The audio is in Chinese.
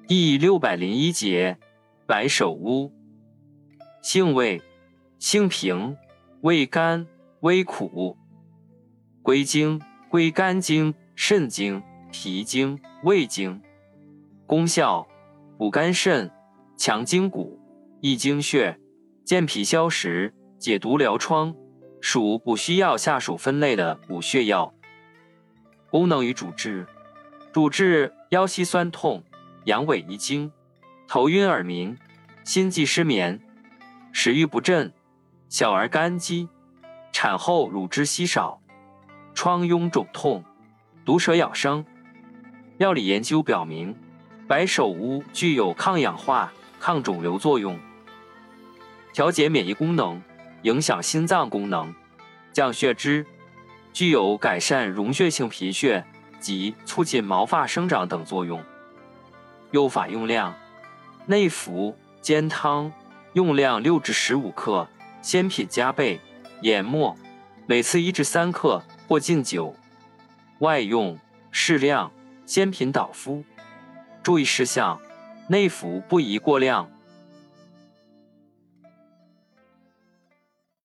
第601节白首乌。性味：性平，味甘，微苦。归经：归肝经、肾经、脾经、胃经。功效：补肝肾，强筋骨，益精血，健脾消食，解毒疗疮，属补虚药下属分类的补血药。功能与主治：主治腰膝酸痛、阳痿遗精、头晕耳鸣、心悸失眠、食欲不振、小儿肝积、产后乳汁稀少、疮痈肿痛、毒蛇咬伤。药理研究表明，白首乌具有抗氧化、抗肿瘤作用，调节免疫功能，影响心脏功能，降血脂，具有改善溶血性贫血及促进毛发生长等作用。用法用量：内服，煎汤，用量6至15克，鲜品加倍，研末，每次1至3克或浸酒。外用，适量，鲜品导敷。注意事项：内服不宜过量，